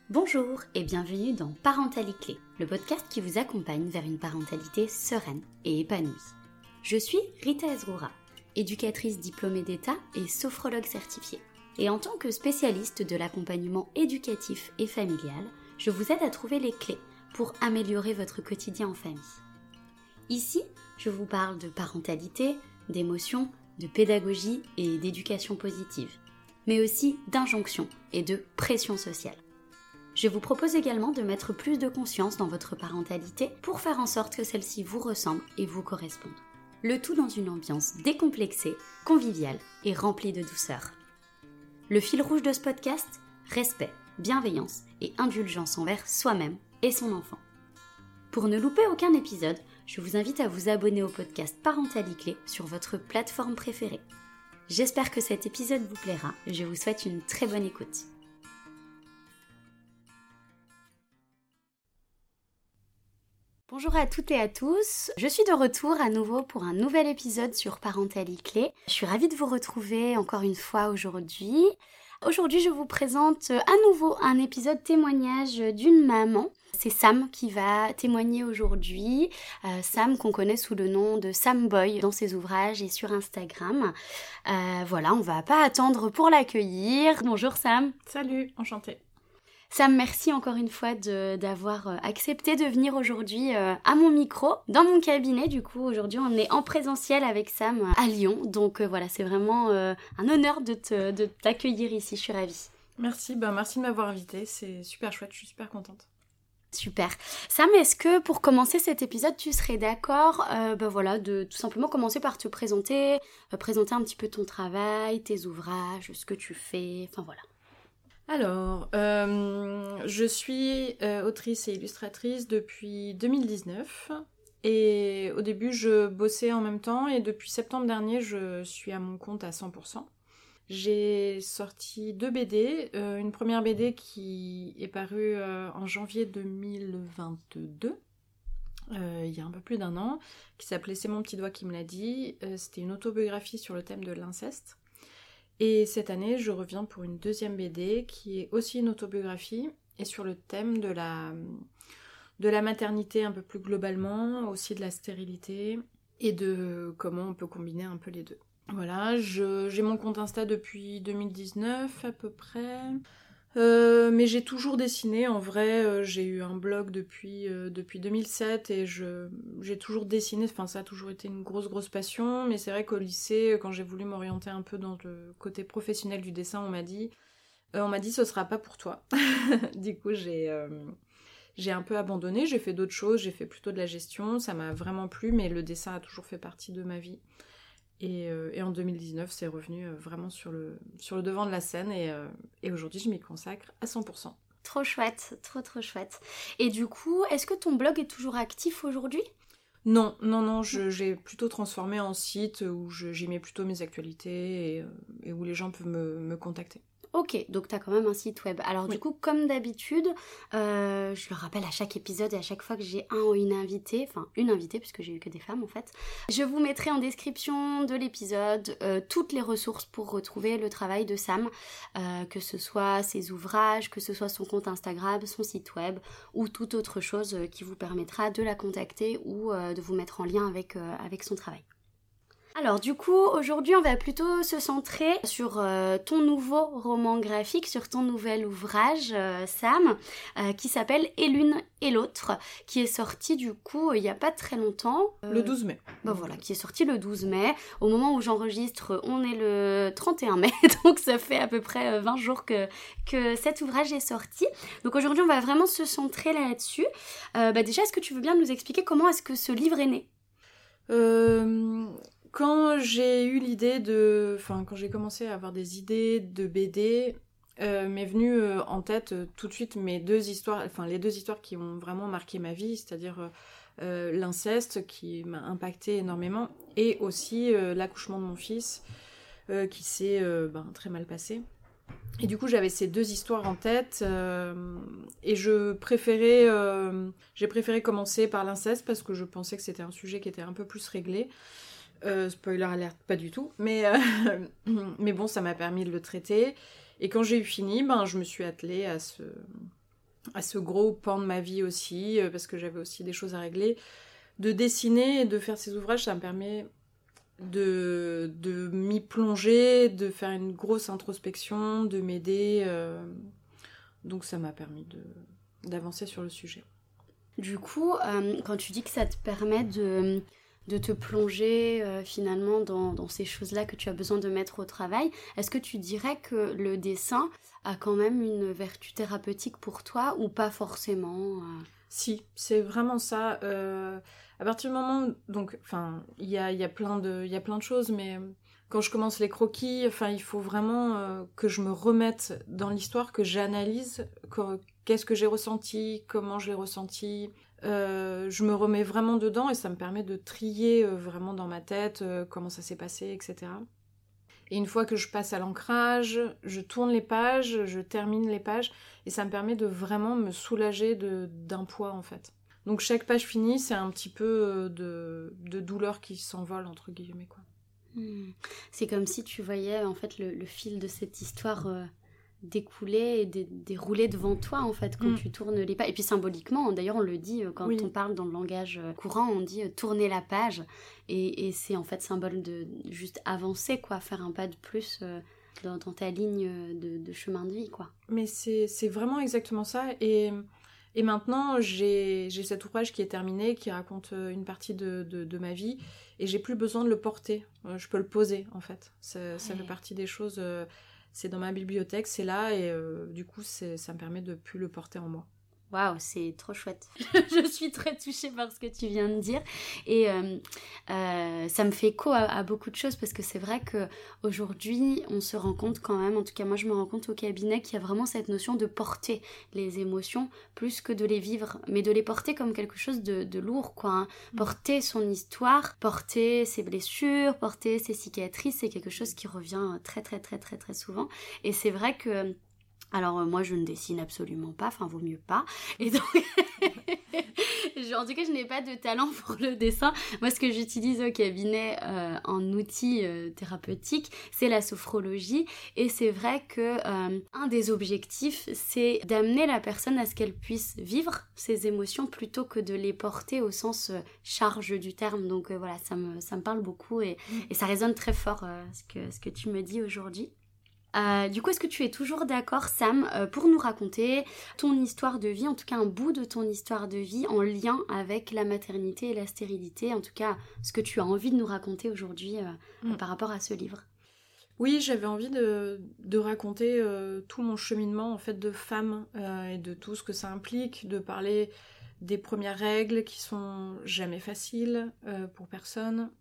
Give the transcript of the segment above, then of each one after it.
Bonjour et bienvenue dans Parentalité, le podcast qui vous accompagne vers une parentalité sereine et épanouie. Je suis Rita Ezroura, éducatrice diplômée d'État et sophrologue certifiée. Et en tant que spécialiste de l'accompagnement éducatif et familial, je vous aide à trouver les clés pour améliorer votre quotidien en famille. Ici, je vous parle de parentalité, d'émotions, de pédagogie et d'éducation positive, mais aussi d'injonction et de pression sociale. Je vous propose également de mettre plus de conscience dans votre parentalité pour faire en sorte que celle-ci vous ressemble et vous corresponde. Le tout dans une ambiance décomplexée, conviviale et remplie de douceur. Le fil rouge de ce podcast, respect, bienveillance et indulgence envers soi-même et son enfant. Pour ne louper aucun épisode, je vous invite à vous abonner au podcast Parentalité sur votre plateforme préférée. J'espère que cet épisode vous plaira et je vous souhaite une très bonne écoute. Bonjour à toutes et à tous, je suis de retour à nouveau pour un nouvel épisode sur Parentalité. Je suis ravie de vous retrouver encore une fois aujourd'hui. Aujourd'hui, je vous présente à nouveau un épisode témoignage d'une maman. C'est Sam qui va témoigner aujourd'hui. Sam qu'on connaît sous le nom de Sam Boy dans ses ouvrages et sur Instagram. Voilà, on va pas attendre pour l'accueillir. Bonjour Sam. Salut, enchantée. Sam, merci encore une fois d'avoir accepté de venir aujourd'hui à mon micro, dans mon cabinet. Du coup, aujourd'hui, on est en présentiel avec Sam à Lyon. Donc voilà, c'est vraiment un honneur de t'accueillir ici. Je suis ravie. Merci de m'avoir invitée. C'est super chouette, je suis super contente. Super. Sam, est-ce que pour commencer cet épisode, tu serais d'accord de tout simplement commencer par te présenter, présenter un petit peu ton travail, tes ouvrages, ce que tu fais, enfin voilà. Alors, je suis autrice et illustratrice depuis 2019 et au début je bossais en même temps et depuis septembre dernier je suis à mon compte à 100%. J'ai sorti 2 BD, une première BD qui est parue en janvier 2022, il y a un peu plus d'1 an, qui s'appelait C'est mon petit doigt qui me l'a dit, c'était une autobiographie sur le thème de l'inceste. Et cette année, je reviens pour une deuxième BD qui est aussi une autobiographie et sur le thème de la maternité un peu plus globalement, aussi de la stérilité et de comment on peut combiner un peu les deux. Voilà, j'ai mon compte Insta depuis 2019 à peu près. Mais j'ai toujours dessiné, en vrai, j'ai eu un blog depuis 2007 et j'ai toujours dessiné, enfin ça a toujours été une grosse passion, mais c'est vrai qu'au lycée, quand j'ai voulu m'orienter un peu dans le côté professionnel du dessin, on m'a dit ce sera pas pour toi. Du coup j'ai un peu abandonné, j'ai fait d'autres choses, j'ai fait plutôt de la gestion, ça m'a vraiment plu, mais le dessin a toujours fait partie de ma vie. Et en 2019, c'est revenu vraiment sur le devant de la scène et aujourd'hui, je m'y consacre à 100%. Trop chouette, trop chouette. Et du coup, est-ce que ton blog est toujours actif aujourd'hui ? Non, j'ai plutôt transformé en site où j'y mets plutôt mes actualités et où les gens peuvent me contacter. Ok, donc tu as quand même un site web. Alors oui. Du coup, comme d'habitude, je le rappelle à chaque épisode et à chaque fois que j'ai un ou une invitée, puisque j'ai eu que des femmes en fait, je vous mettrai en description de l'épisode toutes les ressources pour retrouver le travail de Sam, que ce soit ses ouvrages, que ce soit son compte Instagram, son site web ou toute autre chose qui vous permettra de la contacter ou de vous mettre en lien avec son travail. Alors du coup, aujourd'hui, on va plutôt se centrer sur ton nouveau roman graphique, sur ton nouvel ouvrage, Sam, qui s'appelle Et l'une et l'autre, qui est sorti du coup il n'y a pas très longtemps. Le 12 mai. Voilà, qui est sorti le 12 mai. Au moment où j'enregistre, on est le 31 mai, donc ça fait à peu près 20 jours que cet ouvrage est sorti. Donc aujourd'hui, on va vraiment se centrer là-dessus. Déjà, est-ce que tu veux bien nous expliquer comment est-ce que ce livre est né ? Quand j'ai eu quand j'ai commencé à avoir des idées de BD, m'est venue en tête tout de suite les deux histoires qui ont vraiment marqué ma vie, c'est-à-dire l'inceste qui m'a impacté énormément et aussi l'accouchement de mon fils qui s'est très mal passé. Et du coup, j'avais ces 2 histoires en tête et j'ai préféré commencer par l'inceste parce que je pensais que c'était un sujet qui était un peu plus réglé. Spoiler alert, pas du tout, mais bon, ça m'a permis de le traiter. Et quand j'ai eu fini, je me suis attelée à à ce gros pan de ma vie aussi, parce que j'avais aussi des choses à régler. De dessiner et de faire ces ouvrages, ça me permet de m'y plonger, de faire une grosse introspection, de m'aider. Donc ça m'a permis d'avancer sur le sujet. Du coup, quand tu dis que ça te permet de te plonger finalement dans ces choses-là que tu as besoin de mettre au travail, est-ce que tu dirais que le dessin a quand même une vertu thérapeutique pour toi ou pas forcément Si, c'est vraiment ça. À partir du moment, donc, enfin, il y a plein de choses, mais quand je commence les croquis, enfin, il faut vraiment que je me remette dans l'histoire, que j'analyse qu'est-ce que j'ai ressenti, comment je l'ai ressenti. Je me remets vraiment dedans et ça me permet de trier vraiment dans ma tête comment ça s'est passé, etc. Et une fois que je passe à l'ancrage, je tourne les pages, je termine les pages, et ça me permet de vraiment me soulager d'un poids, en fait. Donc chaque page finie, c'est un petit peu de douleur qui s'envole, entre guillemets, quoi. C'est comme si tu voyais en fait le fil de cette histoire découler et dérouler devant toi en fait quand tu tournes les pages. Et puis symboliquement, d'ailleurs on le dit quand on parle dans le langage courant, on dit tourner la page et c'est en fait symbole de juste avancer quoi, faire un pas de plus dans ta ligne de chemin de vie quoi. Mais c'est vraiment exactement ça et maintenant j'ai cet ouvrage qui est terminé, qui raconte une partie de ma vie et j'ai plus besoin de le porter, je peux le poser en fait, ça fait partie des choses. C'est dans ma bibliothèque, c'est là, et du coup, ça me permet de plus le porter en moi. Waouh, c'est trop chouette. Je suis très touchée par ce que tu viens de dire. Et ça me fait écho à beaucoup de choses parce que c'est vrai qu'aujourd'hui, on se rend compte quand même, en tout cas moi je me rends compte au cabinet, qu'il y a vraiment cette notion de porter les émotions plus que de les vivre, mais de les porter comme quelque chose de lourd, quoi. Hein. Porter son histoire, porter ses blessures, porter ses cicatrices, c'est quelque chose qui revient très très très très très souvent. Et c'est vrai que alors moi je ne dessine absolument pas, enfin vaut mieux pas, et donc en tout cas je n'ai pas de talent pour le dessin. Moi ce que j'utilise au cabinet en outil thérapeutique c'est la sophrologie et c'est vrai que un des objectifs c'est d'amener la personne à ce qu'elle puisse vivre ses émotions plutôt que de les porter au sens charge du terme, donc voilà ça me parle beaucoup et ça résonne très fort ce que tu me dis aujourd'hui. Du coup, est-ce que tu es toujours d'accord, Sam, pour nous raconter ton histoire de vie, en tout cas un bout de ton histoire de vie en lien avec la maternité et la stérilité, en tout cas ce que tu as envie de nous raconter aujourd'hui par rapport à ce livre? Oui, j'avais envie de raconter tout mon cheminement en fait de femme et de tout ce que ça implique, de parler des premières règles qui sont jamais faciles pour personne.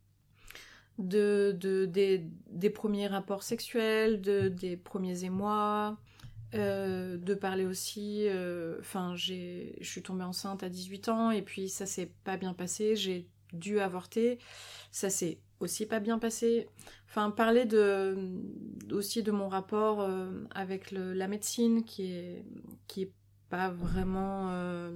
Des premiers rapports sexuels, des premiers émois, de parler aussi... je suis tombée enceinte à 18 ans et puis ça s'est pas bien passé, j'ai dû avorter, ça s'est aussi pas bien passé. Enfin, parler aussi de mon rapport avec la médecine qui est pas vraiment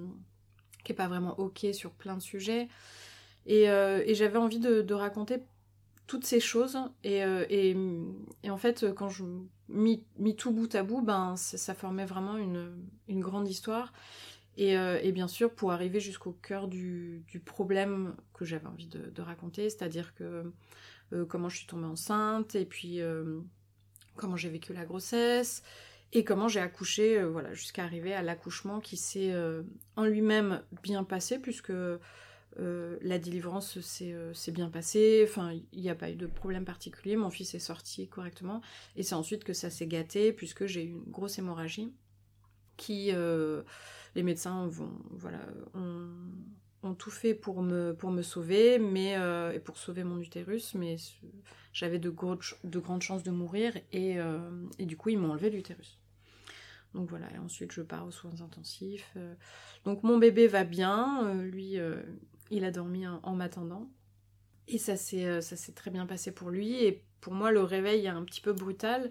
ok sur plein de sujets. Et j'avais envie de raconter toutes ces choses et en fait quand je mis tout bout à bout, ben ça formait vraiment une grande histoire et bien sûr pour arriver jusqu'au cœur du problème que j'avais envie de raconter, c'est-à-dire que comment je suis tombée enceinte et puis comment j'ai vécu la grossesse et comment j'ai accouché, voilà, jusqu'à arriver à l'accouchement qui s'est en lui-même bien passé puisque la délivrance s'est bien passée, enfin il n'y a pas eu de problème particulier, mon fils est sorti correctement et c'est ensuite que ça s'est gâté puisque j'ai eu une grosse hémorragie qui les médecins ont tout fait pour me sauver et pour sauver mon utérus, mais j'avais de grandes chances de mourir et du coup ils m'ont enlevé l'utérus. Donc voilà, et ensuite je pars aux soins intensifs. Donc mon bébé va bien, lui il a dormi en m'attendant. Et ça s'est très bien passé pour lui. Et pour moi, le réveil est un petit peu brutal.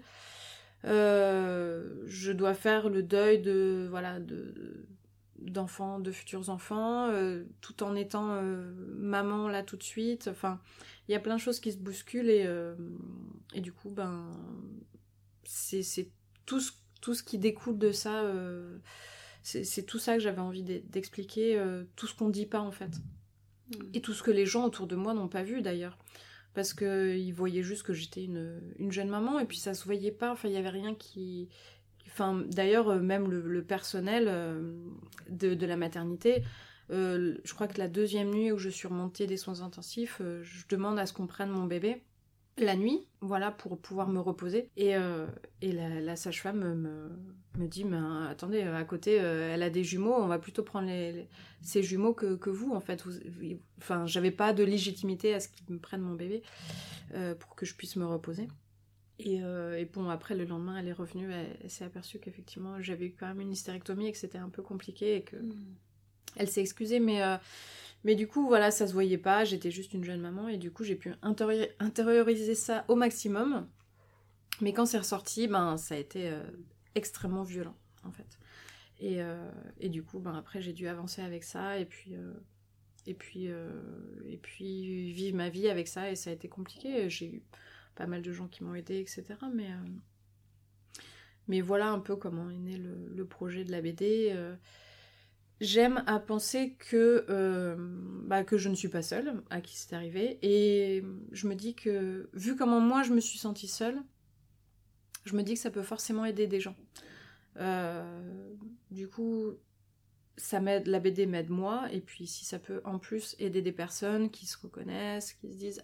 Je dois faire le deuil d'enfants, de futurs enfants, tout en étant maman là tout de suite. Enfin, il y a plein de choses qui se bousculent et du coup, ben, c'est tout ce qui découle de ça. c'est tout ça que j'avais envie d'expliquer, tout ce qu'on dit pas en fait. Et tout ce que les gens autour de moi n'ont pas vu d'ailleurs. Parce qu'ils voyaient juste que j'étais une jeune maman, et puis ça se voyait pas, enfin il y avait rien qui... Enfin, d'ailleurs, même le personnel de la maternité, je crois que la 2e nuit où je suis remontée des soins intensifs, je demande à ce qu'on prenne mon bébé la nuit, voilà, pour pouvoir me reposer. Et la sage-femme me dit, mais attendez, à côté, elle a des jumeaux, on va plutôt prendre ces jumeaux que vous, en fait. Enfin, j'avais pas de légitimité à ce qu'ils me prennent mon bébé pour que je puisse me reposer. Et bon, après, le lendemain, elle est revenue, elle s'est aperçue qu'effectivement, j'avais eu quand même une hystérectomie et que c'était un peu compliqué et que... Elle s'est excusée, mais du coup, voilà, ça se voyait pas, j'étais juste une jeune maman, et du coup, j'ai pu intérioriser ça au maximum. Mais quand c'est ressorti, ça a été extrêmement violent, en fait. Et du coup, après, j'ai dû avancer avec ça, et puis vivre ma vie avec ça, et ça a été compliqué. J'ai eu pas mal de gens qui m'ont aidée, etc. Mais voilà un peu comment est né le projet de la BD. J'aime à penser que je ne suis pas seule à qui c'est arrivé, et je me dis que, vu comment moi je me suis sentie seule, je me dis que ça peut forcément aider des gens. Du coup, ça m'aide, la BD m'aide moi, et puis si ça peut en plus aider des personnes qui se reconnaissent, qui se disent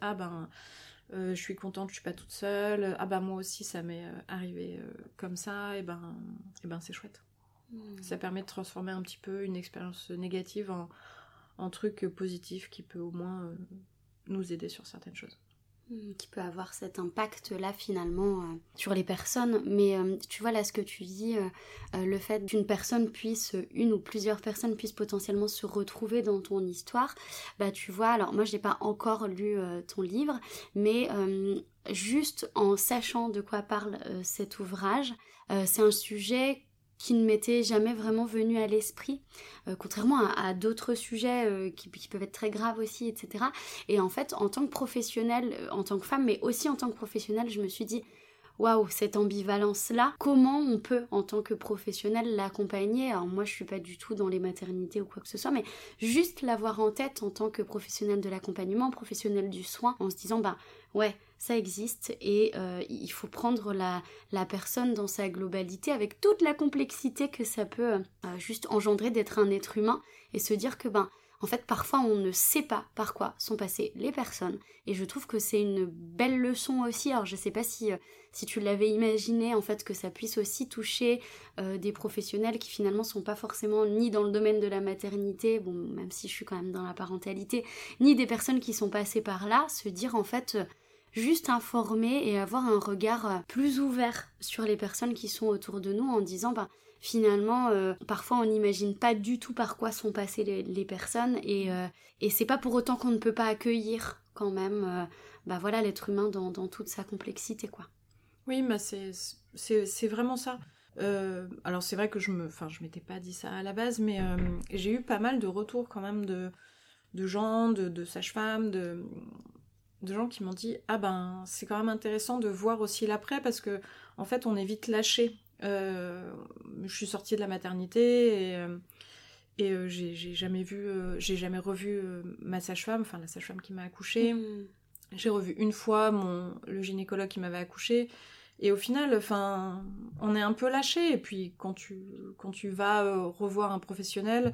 je suis contente, je suis pas toute seule, moi aussi ça m'est arrivé comme ça, et c'est chouette. Ça permet de transformer un petit peu une expérience négative en truc positif qui peut au moins nous aider sur certaines choses. Qui peut avoir cet impact-là finalement sur les personnes. Mais tu vois là ce que tu dis, le fait qu'une personne puisse, une ou plusieurs personnes puissent potentiellement se retrouver dans ton histoire, tu vois, alors moi je n'ai pas encore lu ton livre, mais juste en sachant de quoi parle cet ouvrage, c'est un sujet qui ne m'était jamais vraiment venu à l'esprit, contrairement à d'autres sujets qui peuvent être très graves aussi, etc. Et en fait, en tant que professionnelle, en tant que femme, mais aussi en tant que professionnelle, je me suis dit, waouh, cette ambivalence-là, comment on peut, en tant que professionnelle, l'accompagner? Alors moi, je suis pas du tout dans les maternités ou quoi que ce soit, mais juste l'avoir en tête en tant que professionnelle de l'accompagnement, professionnelle du soin, en se disant, ouais, ça existe, et il faut prendre la personne dans sa globalité avec toute la complexité que ça peut juste engendrer d'être un être humain, et se dire que en fait parfois on ne sait pas par quoi sont passées les personnes, et je trouve que c'est une belle leçon aussi. Alors je sais pas si tu l'avais imaginé en fait que ça puisse aussi toucher des professionnels qui finalement sont pas forcément ni dans le domaine de la maternité, bon même si je suis quand même dans la parentalité, ni des personnes qui sont passées par là, se dire en fait juste informer et avoir un regard plus ouvert sur les personnes qui sont autour de nous, en disant finalement parfois on n'imagine pas du tout par quoi sont passées les personnes, et c'est pas pour autant qu'on ne peut pas accueillir quand même voilà, l'être humain dans toute sa complexité, quoi. Oui, c'est vraiment ça. Alors c'est vrai que je m'étais pas dit ça à la base, mais j'ai eu pas mal de retours quand même de gens, de sages-femmes, de gens qui m'ont dit c'est quand même intéressant de voir aussi l'après, parce que en fait on est vite lâché. Je suis sortie de la maternité et j'ai jamais revu ma sage-femme, enfin la sage-femme qui m'a accouchée. J'ai revu une fois le gynécologue qui m'avait accouchée, et au final on est un peu lâché. Et puis quand tu vas revoir un professionnel,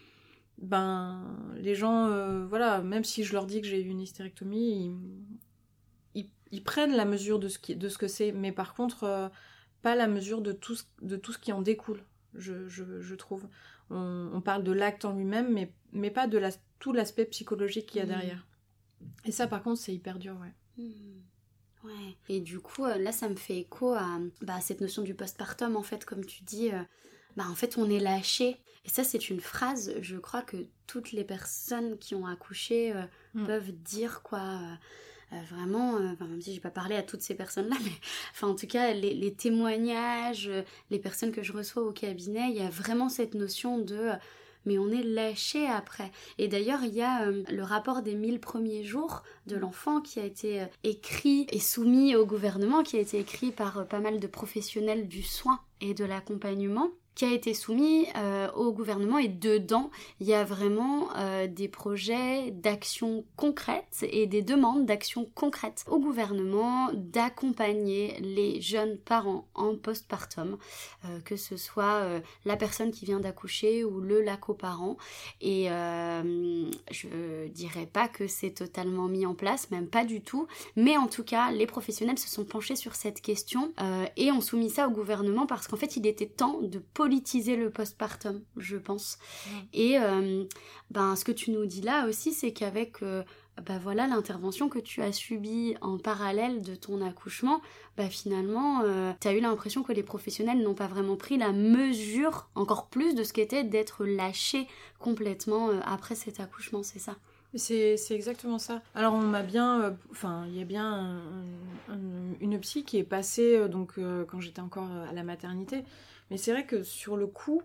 les gens, voilà, même si je leur dis que j'ai eu une hystérectomie, ils prennent la mesure de ce que c'est, mais par contre pas la mesure de tout ce qui en découle, je trouve. On parle de l'acte en lui-même, mais pas de tout l'aspect psychologique qu'il y a derrière. Et ça par contre c'est hyper dur, ouais. Ouais. Et du coup là ça me fait écho à cette notion du postpartum, en fait, comme tu dis. En fait on est lâché, et ça c'est une phrase, je crois que toutes les personnes qui ont accouché peuvent dire, quoi. Vraiment, même si j'ai pas parlé à toutes ces personnes-là, mais en tout cas les témoignages, les personnes que je reçois au cabinet, il y a vraiment cette notion de mais on est lâché après. Et d'ailleurs il y a le rapport des 1000 premiers jours de l'enfant qui a été écrit et soumis au gouvernement, qui a été écrit par pas mal de professionnels du soin et de l'accompagnement. qui a été soumis au gouvernement, et dedans, il y a vraiment des projets d'actions concrètes et des demandes d'actions concrètes au gouvernement d'accompagner les jeunes parents en postpartum, que ce soit la personne qui vient d'accoucher ou la coparent. Et je dirais pas que c'est totalement mis en place, même pas du tout, mais en tout cas, les professionnels se sont penchés sur cette question et ont soumis ça au gouvernement parce qu'en fait, il était temps de politiser le postpartum, je pense. Et ce que tu nous dis là aussi, c'est qu'avec voilà, l'intervention que tu as subie en parallèle de ton accouchement, finalement, tu as eu l'impression que les professionnels n'ont pas vraiment pris la mesure, encore plus, de ce qu'était d'être lâché complètement après cet accouchement, c'est ça? C'est exactement ça. Alors on m'a bien... il y a bien une psy qui est passée quand j'étais encore à la maternité. Mais c'est vrai que sur le coup,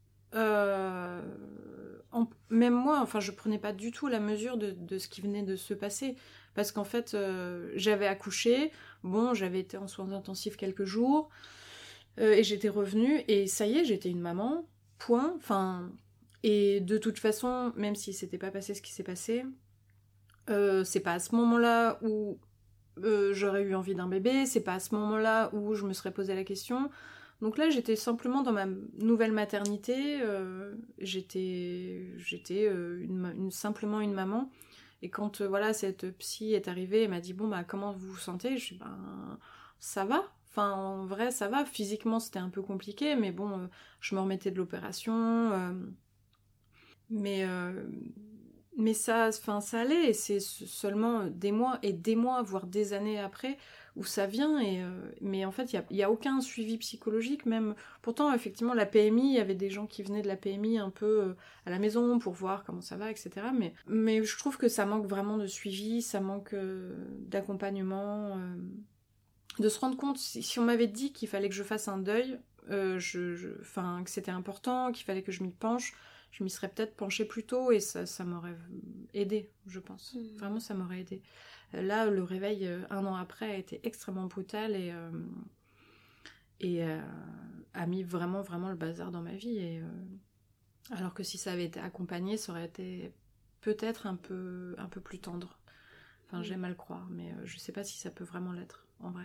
même moi, je prenais pas du tout la mesure de ce qui venait de se passer. Parce qu'en fait, j'avais accouché, j'avais été en soins intensifs quelques jours, et j'étais revenue, et ça y est, j'étais une maman, point. Et de toute façon, même si c'était pas passé ce qui s'est passé, c'est pas à ce moment-là où j'aurais eu envie d'un bébé, c'est pas à ce moment-là où je me serais posé la question. Donc là, j'étais simplement dans ma nouvelle maternité, j'étais simplement une maman. Et quand cette psy est arrivée, elle m'a dit comment vous vous sentez? Je dis ça va. En vrai, ça va. Physiquement, c'était un peu compliqué, mais je me remettais de l'opération. Mais ça allait, et c'est seulement des mois, voire des années après, où ça vient, mais en fait, il y a aucun suivi psychologique, même. Pourtant, effectivement, la PMI, il y avait des gens qui venaient de la PMI un peu à la maison pour voir comment ça va, etc. Mais je trouve que ça manque vraiment de suivi, ça manque d'accompagnement, de se rendre compte. Si on m'avait dit qu'il fallait que je fasse un deuil, que c'était important, qu'il fallait que je m'y penche, je m'y serais peut-être penchée plus tôt, et ça m'aurait aidé, je pense. Vraiment, ça m'aurait aidé. Là, le réveil, 1 an après, a été extrêmement brutal et a mis vraiment, vraiment le bazar dans ma vie. Alors que si ça avait été accompagné, ça aurait été peut-être un peu plus tendre. J'aime à le croire, mais je sais pas si ça peut vraiment l'être, en vrai.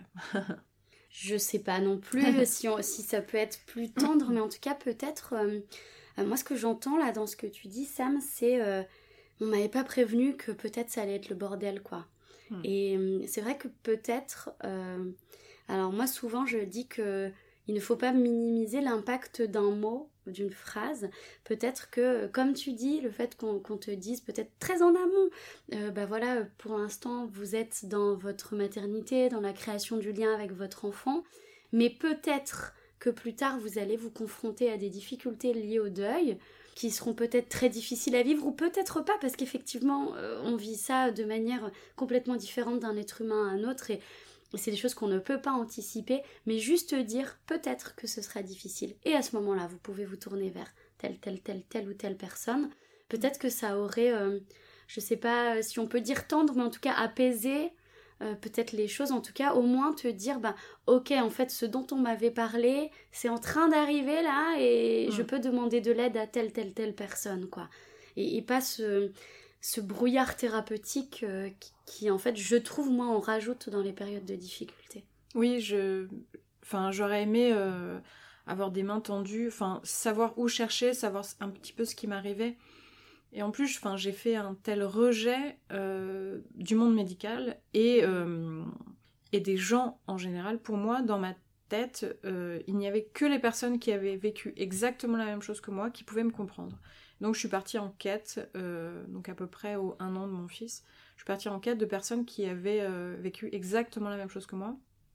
Je sais pas non plus si ça peut être plus tendre, mais en tout cas, peut-être... moi, ce que j'entends là dans ce que tu dis, Sam, c'est... on m'avait pas prévenu que peut-être ça allait être le bordel, quoi. Et c'est vrai que peut-être... alors moi, souvent, je dis que il ne faut pas minimiser l'impact d'un mot, d'une phrase. Peut-être que, comme tu dis, le fait qu'on te dise peut-être très en amont, pour l'instant, vous êtes dans votre maternité, dans la création du lien avec votre enfant, mais peut-être que plus tard, vous allez vous confronter à des difficultés liées au deuil, qui seront peut-être très difficiles à vivre, ou peut-être pas, parce qu'effectivement, on vit ça de manière complètement différente d'un être humain à un autre, et c'est des choses qu'on ne peut pas anticiper, mais juste dire peut-être que ce sera difficile. Et à ce moment-là, vous pouvez vous tourner vers telle ou telle personne. Peut-être que ça aurait, je sais pas si on peut dire tendre, mais en tout cas apaiser peut-être les choses, en tout cas au moins te dire ok, en fait ce dont on m'avait parlé c'est en train d'arriver là, et je peux demander de l'aide à telle personne, quoi. Et pas ce brouillard thérapeutique qui en fait je trouve, moi, on rajoute dans les périodes de difficulté. Oui, j'aurais aimé avoir des mains tendues, savoir où chercher, savoir un petit peu ce qui m'arrivait. Et en plus, j'ai fait un tel rejet du monde médical et des gens en général. Pour moi, dans ma tête, il n'y avait que les personnes qui avaient vécu exactement la même chose que moi qui pouvaient me comprendre. Donc je suis partie en quête, donc à peu près au 1 an de mon fils, je suis partie en quête de personnes qui avaient vécu exactement la même chose que moi.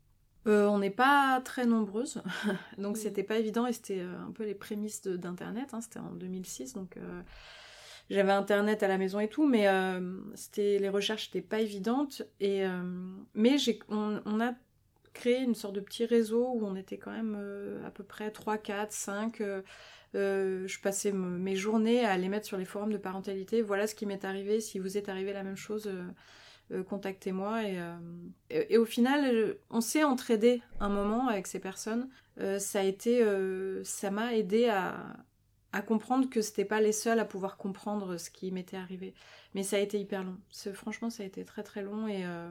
On n'est pas très nombreuses, donc c'était pas évident, et c'était un peu les prémices d'Internet, c'était en 2006, donc... J'avais Internet à la maison et tout, mais les recherches n'étaient pas évidentes. Mais on a créé une sorte de petit réseau où on était quand même à peu près 3, 4, 5. Je passais mes journées à aller mettre sur les forums de parentalité. Voilà ce qui m'est arrivé. Si vous est arrivé la même chose, contactez-moi. Et au final, on s'est entraidé un moment avec ces personnes. ça m'a aidé à comprendre que c'était pas les seuls à pouvoir comprendre ce qui m'était arrivé. Mais ça a été hyper long. Franchement, ça a été très très long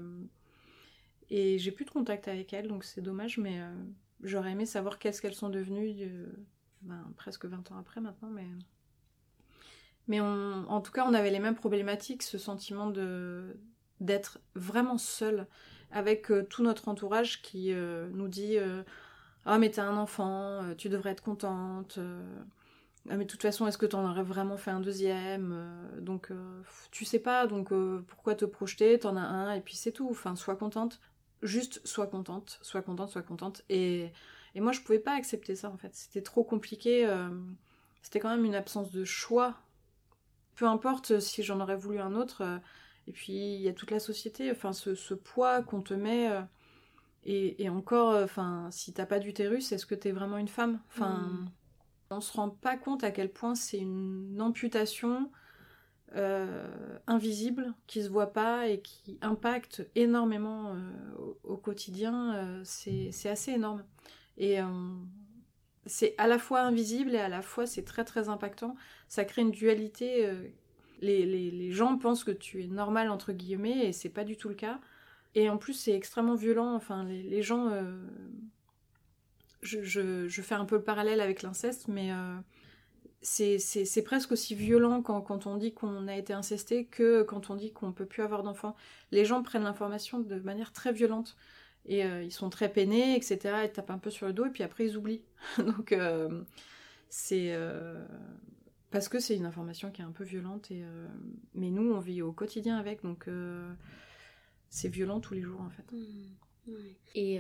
et j'ai plus de contact avec elles, donc c'est dommage, mais j'aurais aimé savoir qu'est-ce qu'elles sont devenues presque 20 ans après maintenant, mais en tout cas, on avait les mêmes problématiques, ce sentiment d'être vraiment seul avec tout notre entourage qui nous dit ah mais t'as un enfant, tu devrais être contente, ah mais de toute façon est-ce que t'en aurais vraiment fait un deuxième, donc tu sais pas, donc pourquoi te projeter, t'en as un et puis c'est tout, enfin sois contente, juste sois contente, et moi je pouvais pas accepter ça en fait, c'était trop compliqué, c'était quand même une absence de choix, peu importe si j'en aurais voulu un autre, et puis il y a toute la société, enfin ce poids qu'on te met, et encore, enfin si t'as pas d'utérus, est-ce que t'es vraiment une femme, enfin on se rend pas compte à quel point c'est une amputation invisible, qui se voit pas et qui impacte énormément au quotidien, c'est assez énorme. Et c'est à la fois invisible et à la fois c'est très très impactant. Ça crée une dualité. Les gens pensent que tu es normal entre guillemets et c'est pas du tout le cas. Et en plus c'est extrêmement violent. Enfin les gens... je fais un peu le parallèle avec l'inceste, mais c'est presque aussi violent quand on dit qu'on a été incesté que quand on dit qu'on peut plus avoir d'enfants. Les gens prennent l'information de manière très violente et ils sont très peinés, etc. Ils tapent un peu sur le dos et puis après ils oublient. Donc c'est parce que c'est une information qui est un peu violente mais nous on vit au quotidien avec, donc c'est violent tous les jours en fait. Ouais. Et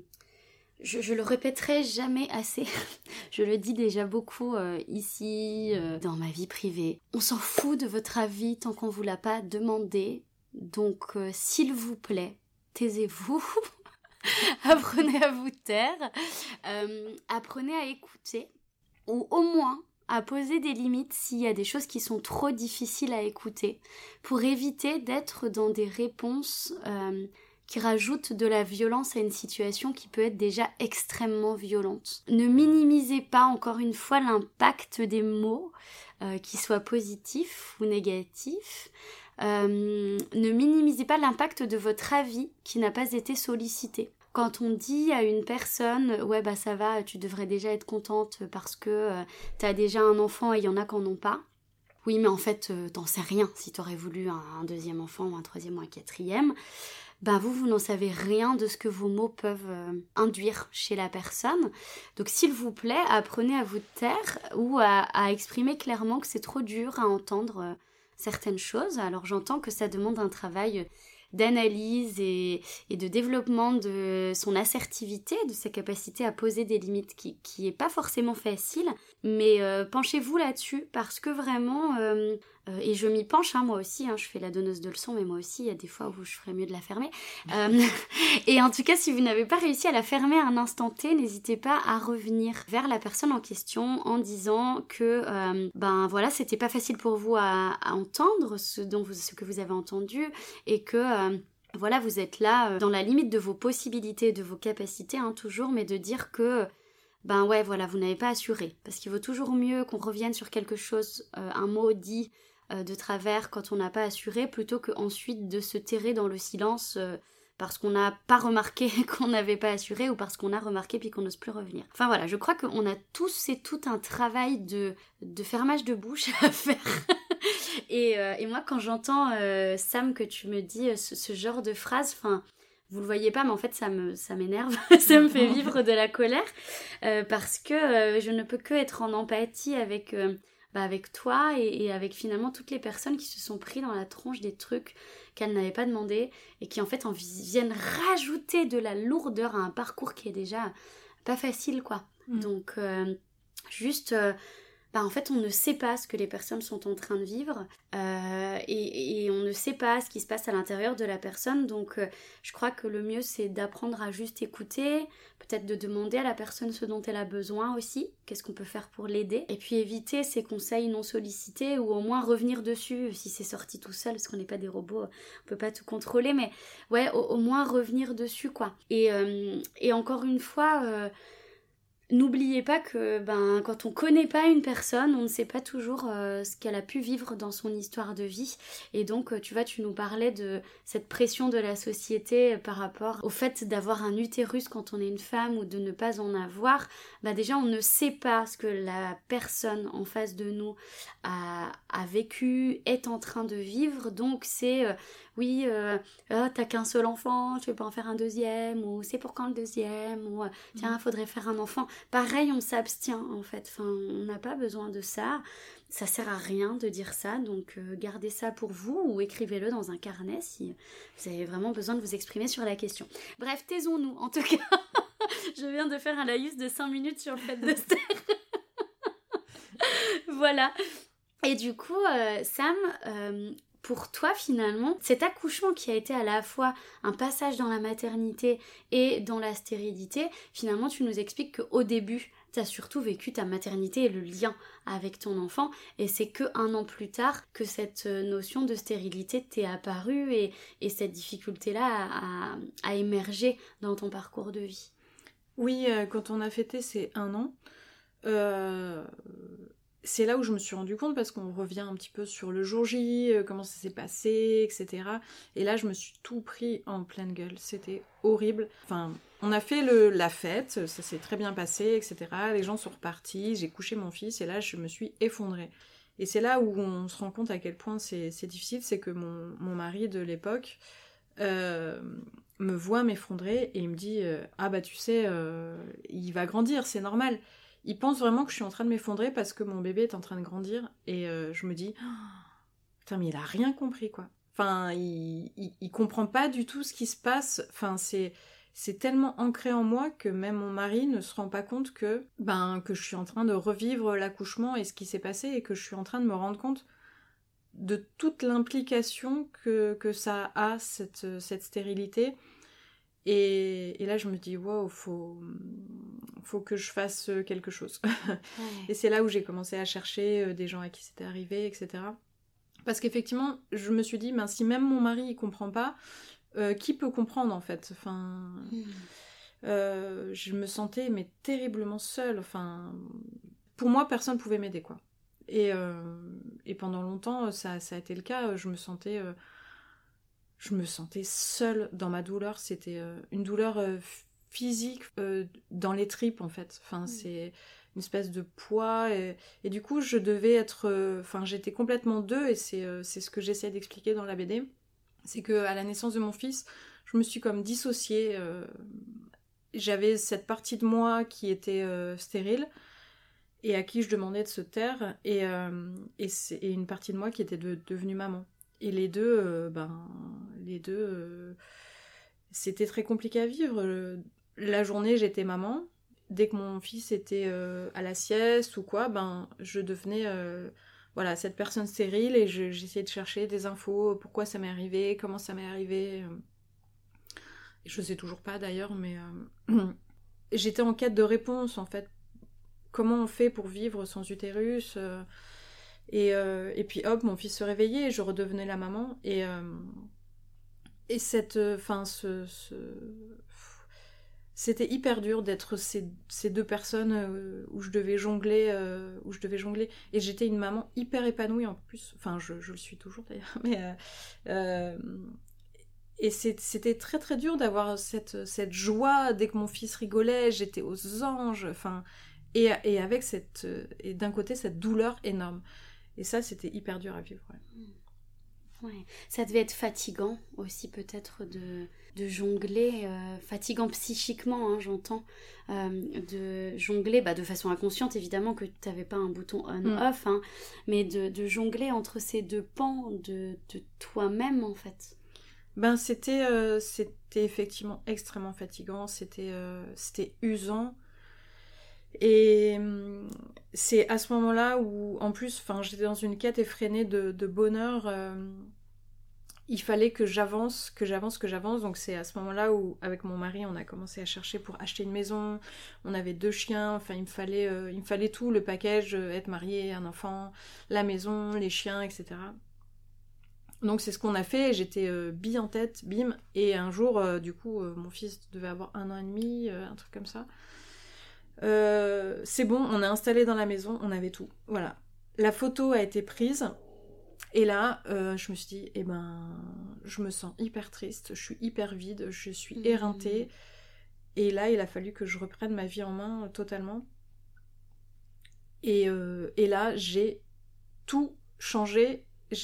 je le répéterai jamais assez, je le dis déjà beaucoup ici, dans ma vie privée. On s'en fout de votre avis tant qu'on vous l'a pas demandé, donc s'il vous plaît, taisez-vous, apprenez à vous taire, apprenez à écouter, ou au moins à poser des limites s'il y a des choses qui sont trop difficiles à écouter, pour éviter d'être dans des réponses qui rajoute de la violence à une situation qui peut être déjà extrêmement violente. Ne minimisez pas, encore une fois, l'impact des mots, qu'ils soient positifs ou négatifs. Ne minimisez pas l'impact de votre avis qui n'a pas été sollicité. Quand on dit à une personne « ouais bah ça va, tu devrais déjà être contente parce que t'as déjà un enfant et il y en a qui en ont pas », oui mais en fait t'en sais rien si t'aurais voulu un deuxième enfant ou un troisième ou un quatrième. Vous n'en savez rien de ce que vos mots peuvent induire chez la personne. Donc s'il vous plaît, apprenez à vous taire ou à exprimer clairement que c'est trop dur à entendre certaines choses. Alors j'entends que ça demande un travail d'analyse et de développement de son assertivité, de sa capacité à poser des limites qui est pas forcément facile, mais penchez-vous là-dessus parce que vraiment, et je m'y penche moi aussi, je fais la donneuse de leçons, mais moi aussi il y a des fois où je ferais mieux de la fermer, et en tout cas si vous n'avez pas réussi à la fermer à un instant T, n'hésitez pas à revenir vers la personne en question en disant que voilà, c'était pas facile pour vous à entendre ce que vous avez entendu, et que voilà, vous êtes là dans la limite de vos possibilités, de vos capacités, toujours, mais de dire que ouais, voilà, vous n'avez pas assuré. Parce qu'il vaut toujours mieux qu'on revienne sur quelque chose, un mot dit de travers quand on n'a pas assuré, plutôt qu'ensuite de se terrer dans le silence parce qu'on n'a pas remarqué qu'on n'avait pas assuré ou parce qu'on a remarqué puis qu'on n'ose plus revenir. Enfin voilà, je crois qu'on a tous et tout un travail de fermage de bouche à faire. Et moi, quand j'entends, Sam, que tu me dis ce genre de phrase, vous le voyez pas, mais en fait, ça m'énerve, ça me fait vivre de la colère, parce que je ne peux que être en empathie avec toi et avec finalement toutes les personnes qui se sont pris dans la tronche des trucs qu'elles n'avaient pas demandé et qui en fait viennent rajouter de la lourdeur à un parcours qui est déjà pas facile, quoi. Donc, juste... en fait, on ne sait pas ce que les personnes sont en train de vivre et on ne sait pas ce qui se passe à l'intérieur de la personne. Donc, je crois que le mieux, c'est d'apprendre à juste écouter, peut-être de demander à la personne ce dont elle a besoin aussi, qu'est-ce qu'on peut faire pour l'aider, et puis éviter ces conseils non sollicités ou au moins revenir dessus si c'est sorti tout seul, parce qu'on n'est pas des robots, on peut pas tout contrôler, mais ouais, au moins revenir dessus, quoi. Et encore une fois... n'oubliez pas que quand on connaît pas une personne, on ne sait pas toujours ce qu'elle a pu vivre dans son histoire de vie. Et donc, tu vois, tu nous parlais de cette pression de la société par rapport au fait d'avoir un utérus quand on est une femme ou de ne pas en avoir. Déjà, on ne sait pas ce que la personne en face de nous a vécu, est en train de vivre. Donc, c'est... t'as qu'un seul enfant, tu veux pas en faire un deuxième, ou c'est pour quand le deuxième, ou tiens, faudrait faire un enfant. Pareil, on s'abstient en fait, on n'a pas besoin de ça, ça sert à rien de dire ça, donc gardez ça pour vous ou écrivez-le dans un carnet si vous avez vraiment besoin de vous exprimer sur la question. Bref, taisons-nous, en tout cas, je viens de faire un laïus de 5 minutes sur le fait de se taire. Voilà. Et du coup, Sam... pour toi, finalement, cet accouchement qui a été à la fois un passage dans la maternité et dans la stérilité, finalement, tu nous expliques qu'au début, tu as surtout vécu ta maternité et le lien avec ton enfant, et c'est qu'un an plus tard que cette notion de stérilité t'est apparue et cette difficulté-là a émergé dans ton parcours de vie. Oui, quand on a fêté ces 1 an, c'est là où je me suis rendu compte, parce qu'on revient un petit peu sur le jour J, comment ça s'est passé, etc. Et là, je me suis tout pris en pleine gueule. C'était horrible. Enfin, on a fait la fête, ça s'est très bien passé, etc. Les gens sont repartis, j'ai couché mon fils, et là, je me suis effondrée. Et c'est là où on se rend compte à quel point c'est difficile, c'est que mon mari de l'époque me voit m'effondrer, et il me dit « Ah bah tu sais, il va grandir, c'est normal ». Il pense vraiment que je suis en train de m'effondrer parce que mon bébé est en train de grandir, et je me dis putain, mais il a rien compris, quoi. Enfin, il comprend pas du tout ce qui se passe. Enfin, c'est tellement ancré en moi que même mon mari ne se rend pas compte que je suis en train de revivre l'accouchement et ce qui s'est passé, et que je suis en train de me rendre compte de toute l'implication que ça a, cette stérilité. Et là, je me dis, wow, faut que je fasse quelque chose. Ouais. Et c'est là où j'ai commencé à chercher des gens à qui c'était arrivé, etc. Parce qu'effectivement, je me suis dit, si même mon mari il comprend pas, qui peut comprendre en fait? Enfin, je me sentais terriblement seule. Enfin, pour moi, personne ne pouvait m'aider, quoi. Et pendant longtemps, ça a été le cas. Je me sentais seule dans ma douleur. C'était une douleur physique dans les tripes, en fait. Enfin, c'est une espèce de poids. Et du coup, je devais être... j'étais complètement deux, et c'est ce que j'essaie d'expliquer dans la BD. C'est qu'à la naissance de mon fils, je me suis comme dissociée. J'avais cette partie de moi qui était stérile, et à qui je demandais de se taire, et une partie de moi qui était devenue maman. Et les deux, c'était très compliqué à vivre. La journée, j'étais maman. Dès que mon fils était à la sieste ou quoi, je devenais cette personne stérile, et j'essayais de chercher des infos, pourquoi ça m'est arrivé, comment ça m'est arrivé. Et je sais toujours pas d'ailleurs, mais j'étais en quête de réponse, en fait. Comment on fait pour vivre sans utérus et puis hop, mon fils se réveillait et je redevenais la maman. Et c'était hyper dur d'être ces deux personnes où je devais jongler. Et j'étais une maman hyper épanouie en plus. Enfin, je le suis toujours d'ailleurs. Mais et c'était très très dur d'avoir cette joie. Dès que mon fils rigolait, j'étais aux anges. Enfin, et avec et d'un côté cette douleur énorme. Et ça, c'était hyper dur à vivre. Ouais. Ça devait être fatigant aussi, peut-être, de jongler, fatigant psychiquement, hein, j'entends, de jongler, de façon inconsciente, évidemment, que tu n'avais pas un bouton on-off, hein, mais de jongler entre ces deux pans de toi-même, en fait. C'était effectivement extrêmement fatigant, c'était usant. Et c'est à ce moment-là où, en plus, j'étais dans une quête effrénée de bonheur. Il fallait que j'avance. Donc c'est à ce moment-là où, avec mon mari, on a commencé à chercher pour acheter une maison. On avait 2 chiens. Enfin, il me fallait tout, le package, être mariée, un enfant, la maison, les chiens, etc. Donc c'est ce qu'on a fait. J'étais bille en tête, bim. Et un jour, du coup, mon fils devait avoir 1 an et demi, un truc comme ça. C'est bon, on est installé dans la maison, on avait tout. Voilà. La photo a été prise. Et là, je me suis dit, je me sens hyper triste, je suis hyper vide, je suis éreintée. Et là, il a fallu que je reprenne ma vie en main totalement. Et là, j'ai tout changé.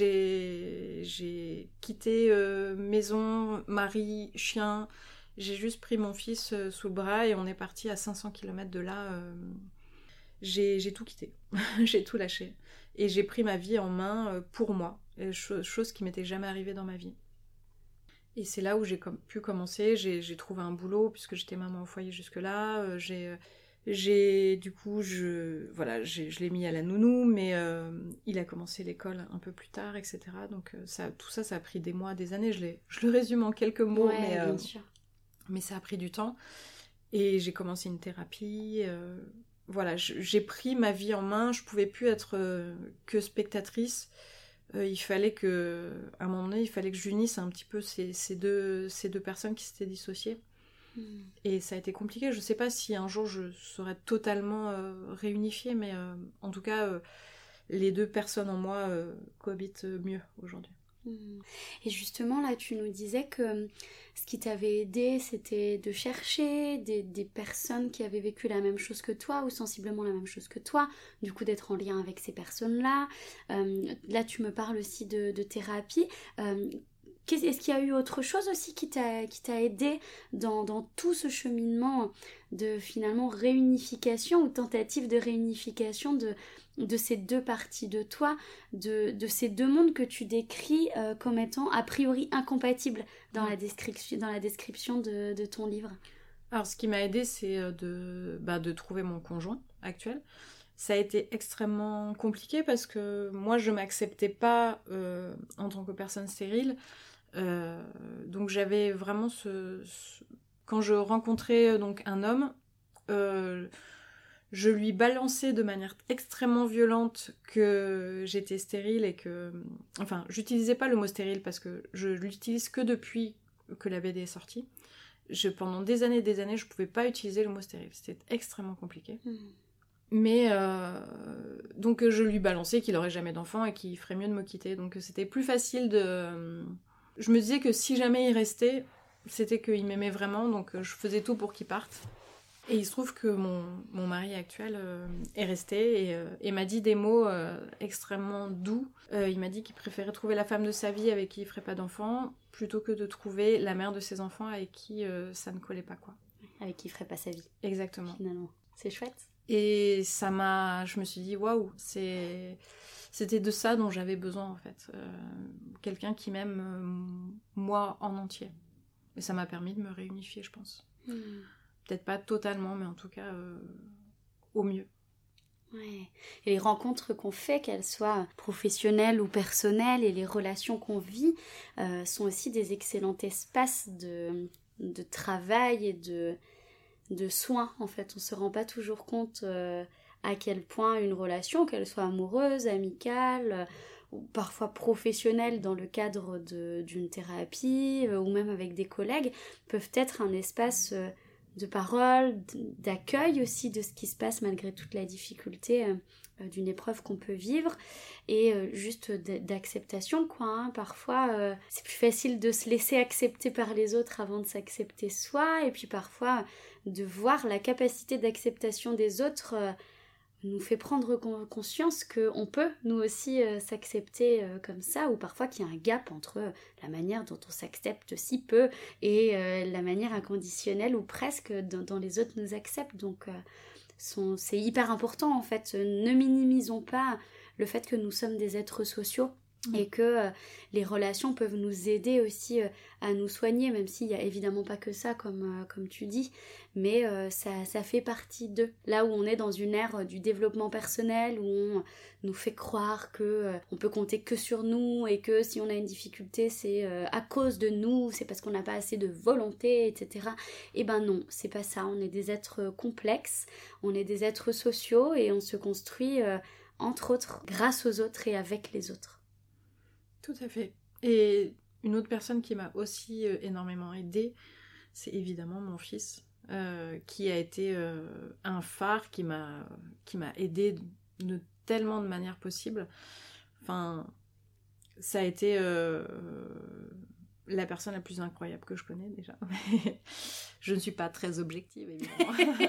J'ai quitté maison, mari, chien. J'ai juste pris mon fils sous le bras et on est parti à 500 km de là. J'ai tout quitté, j'ai tout lâché. Et j'ai pris ma vie en main pour moi, chose qui m'était jamais arrivée dans ma vie. Et c'est là où j'ai pu commencer, j'ai trouvé un boulot, puisque j'étais maman au foyer jusque-là, du coup, je l'ai mis à la nounou, mais il a commencé l'école un peu plus tard, etc. Donc tout ça a pris des mois, des années, je le résume en quelques mots, ouais, bien sûr. Mais ça a pris du temps. Et j'ai commencé une thérapie... Voilà, j'ai pris ma vie en main, je pouvais plus être que spectatrice. Il fallait que, à un moment donné, j'unisse un petit peu ces deux personnes qui s'étaient dissociées. Et ça a été compliqué. Je sais pas si un jour je serais totalement réunifiée, mais en tout cas, les deux personnes en moi cohabitent mieux aujourd'hui. Et justement, là, tu nous disais que ce qui t'avait aidé, c'était de chercher des personnes qui avaient vécu la même chose que toi ou sensiblement la même chose que toi, du coup d'être en lien avec ces personnes-là. Là, tu me parles aussi de thérapie. Est-ce qu'il y a eu autre chose aussi qui t'a aidé dans tout ce cheminement de finalement réunification ou tentative de réunification de ces deux parties de toi, de ces deux mondes que tu décris comme étant a priori incompatibles dans la description de ton livre? Alors, ce qui m'a aidée, c'est de trouver mon conjoint actuel. Ça a été extrêmement compliqué parce que moi, je ne m'acceptais pas en tant que personne stérile. Donc j'avais vraiment quand je rencontrais donc un homme, je lui balançais de manière extrêmement violente que j'étais stérile et que... Enfin, j'utilisais pas le mot stérile parce que je l'utilise que depuis que la BD est sortie. Pendant des années, je pouvais pas utiliser le mot stérile. C'était extrêmement compliqué. Mais donc je lui balançais qu'il aurait jamais d'enfant et qu'il ferait mieux de me quitter. Donc c'était plus facile de... Je me disais que si jamais il restait, c'était qu'il m'aimait vraiment, donc je faisais tout pour qu'il parte. Et il se trouve que mon mari actuel est resté et m'a dit des mots extrêmement doux. Il m'a dit qu'il préférait trouver la femme de sa vie avec qui il ferait pas d'enfants, plutôt que de trouver la mère de ses enfants avec qui ça ne collait pas, quoi. Avec qui il ferait pas sa vie. Exactement. Finalement. C'est chouette. Et je me suis dit, waouh, c'était de ça dont j'avais besoin, en fait. Quelqu'un qui m'aime, moi, en entier. Et ça m'a permis de me réunifier, je pense. Peut-être pas totalement, mais en tout cas, au mieux. Ouais. Et les rencontres qu'on fait, qu'elles soient professionnelles ou personnelles, et les relations qu'on vit, sont aussi des excellents espaces de travail et de soins, en fait. On se rend pas toujours compte à quel point une relation, qu'elle soit amoureuse, amicale, ou parfois professionnelle dans le cadre d'une thérapie, ou même avec des collègues, peuvent être un espace de parole, d'accueil aussi de ce qui se passe malgré toute la difficulté d'une épreuve qu'on peut vivre, et juste d'acceptation, quoi, hein. Parfois c'est plus facile de se laisser accepter par les autres avant de s'accepter soi, et puis parfois de voir la capacité d'acceptation des autres nous fait prendre conscience qu'on peut nous aussi s'accepter comme ça, ou parfois qu'il y a un gap entre la manière dont on s'accepte si peu et la manière inconditionnelle ou presque dont les autres nous acceptent. Donc c'est hyper important, en fait. Ne minimisons pas le fait que nous sommes des êtres sociaux et que les relations peuvent nous aider aussi à nous soigner, même s'il n'y a évidemment pas que ça, comme tu dis, mais ça fait partie d'eux. Là où on est dans une ère du développement personnel, où on nous fait croire qu'on peut compter que sur nous, et que si on a une difficulté, c'est à cause de nous, c'est parce qu'on n'a pas assez de volonté, etc. Eh ben non, c'est pas ça. On est des êtres complexes, on est des êtres sociaux, et on se construit entre autres grâce aux autres et avec les autres. Tout à fait. Et une autre personne qui m'a aussi énormément aidée, c'est évidemment mon fils. qui a été un phare qui m'a aidée de tellement de manières possibles. Enfin, ça a été la personne la plus incroyable que je connais déjà. Je ne suis pas très objective, évidemment.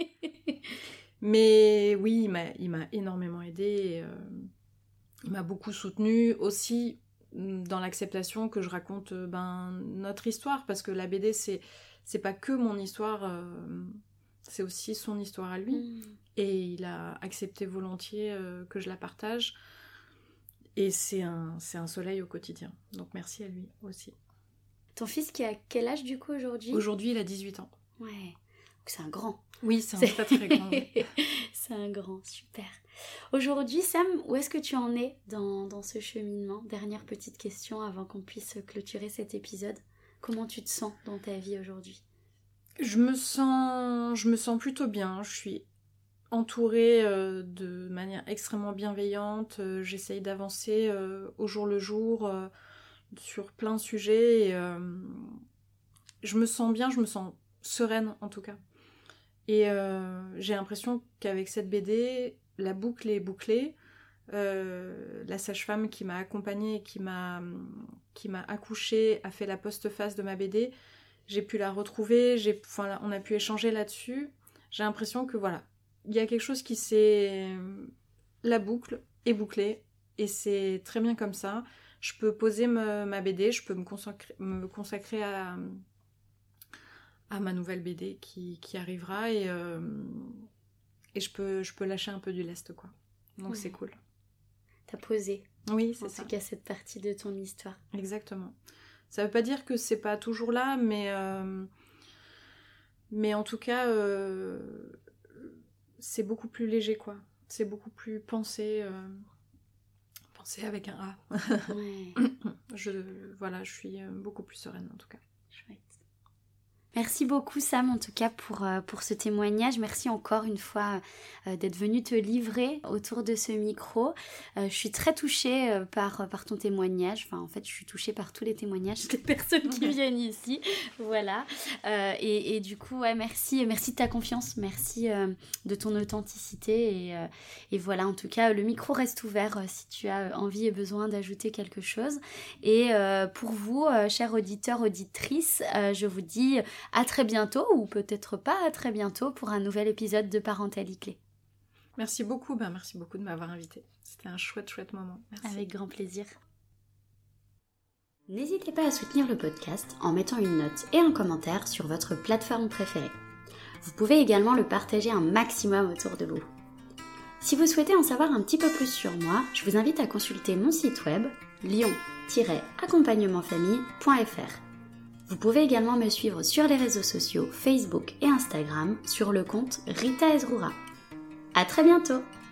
Mais oui, il m'a énormément aidée. Il m'a beaucoup soutenue aussi dans l'acceptation que je raconte notre histoire, parce que la BD, c'est pas que mon histoire, c'est aussi son histoire à lui. Et il a accepté volontiers que je la partage. Et c'est un soleil au quotidien. Donc merci à lui aussi. Ton fils qui a quel âge du coup aujourd'hui ? Aujourd'hui, il a 18 ans. Ouais, donc c'est un grand. Oui, c'est un très très grand. Ouais. C'est un grand, super. Aujourd'hui, Sam, où est-ce que tu en es dans ce cheminement ? Dernière petite question avant qu'on puisse clôturer cet épisode. Comment tu te sens dans ta vie aujourd'hui ? Je me sens plutôt bien. Je suis entourée de manière extrêmement bienveillante. J'essaye d'avancer au jour le jour sur plein de sujets. Et, je me sens bien, je me sens sereine en tout cas. Et j'ai l'impression qu'avec cette BD, la boucle est bouclée. La sage-femme qui m'a accompagnée, qui m'a accouchée, a fait la postface de ma BD. J'ai pu la retrouver, on a pu échanger là-dessus. J'ai l'impression que voilà, il y a quelque chose qui s'est... La boucle est bouclée et c'est très bien comme ça. Je peux poser ma BD, je peux me consacrer à ma nouvelle BD qui arrivera et je peux lâcher un peu du lest, quoi. Donc ouais. C'est cool. T'as posé. Oui, c'est ça. En tout cas, cette partie de ton histoire. Exactement. Ça veut pas dire que c'est pas toujours là, mais en tout cas, c'est beaucoup plus léger, quoi. C'est beaucoup plus pensé avec un A. Ouais. Je suis beaucoup plus sereine, en tout cas. Chouette. Merci beaucoup Sam en tout cas pour ce témoignage. Merci encore une fois d'être venu te livrer autour de ce micro. Je suis très touchée par ton témoignage. Enfin en fait je suis touchée par tous les témoignages des personnes qui viennent ici. Voilà. Et du coup ouais, merci de ta confiance. Merci de ton authenticité. Et voilà, en tout cas le micro reste ouvert si tu as envie et besoin d'ajouter quelque chose. Et pour vous, chers auditeurs, auditrices, je vous dis à très bientôt, ou peut-être pas à très bientôt, pour un nouvel épisode de Parentalité. Merci beaucoup de m'avoir invitée. C'était un chouette moment. Merci. Avec grand plaisir. N'hésitez pas à soutenir le podcast en mettant une note et un commentaire sur votre plateforme préférée. Vous pouvez également le partager un maximum autour de vous. Si vous souhaitez en savoir un petit peu plus sur moi, je vous invite à consulter mon site web lion-accompagnementfamille.fr. Vous pouvez également me suivre sur les réseaux sociaux Facebook et Instagram sur le compte Rita Ezroura. À très bientôt!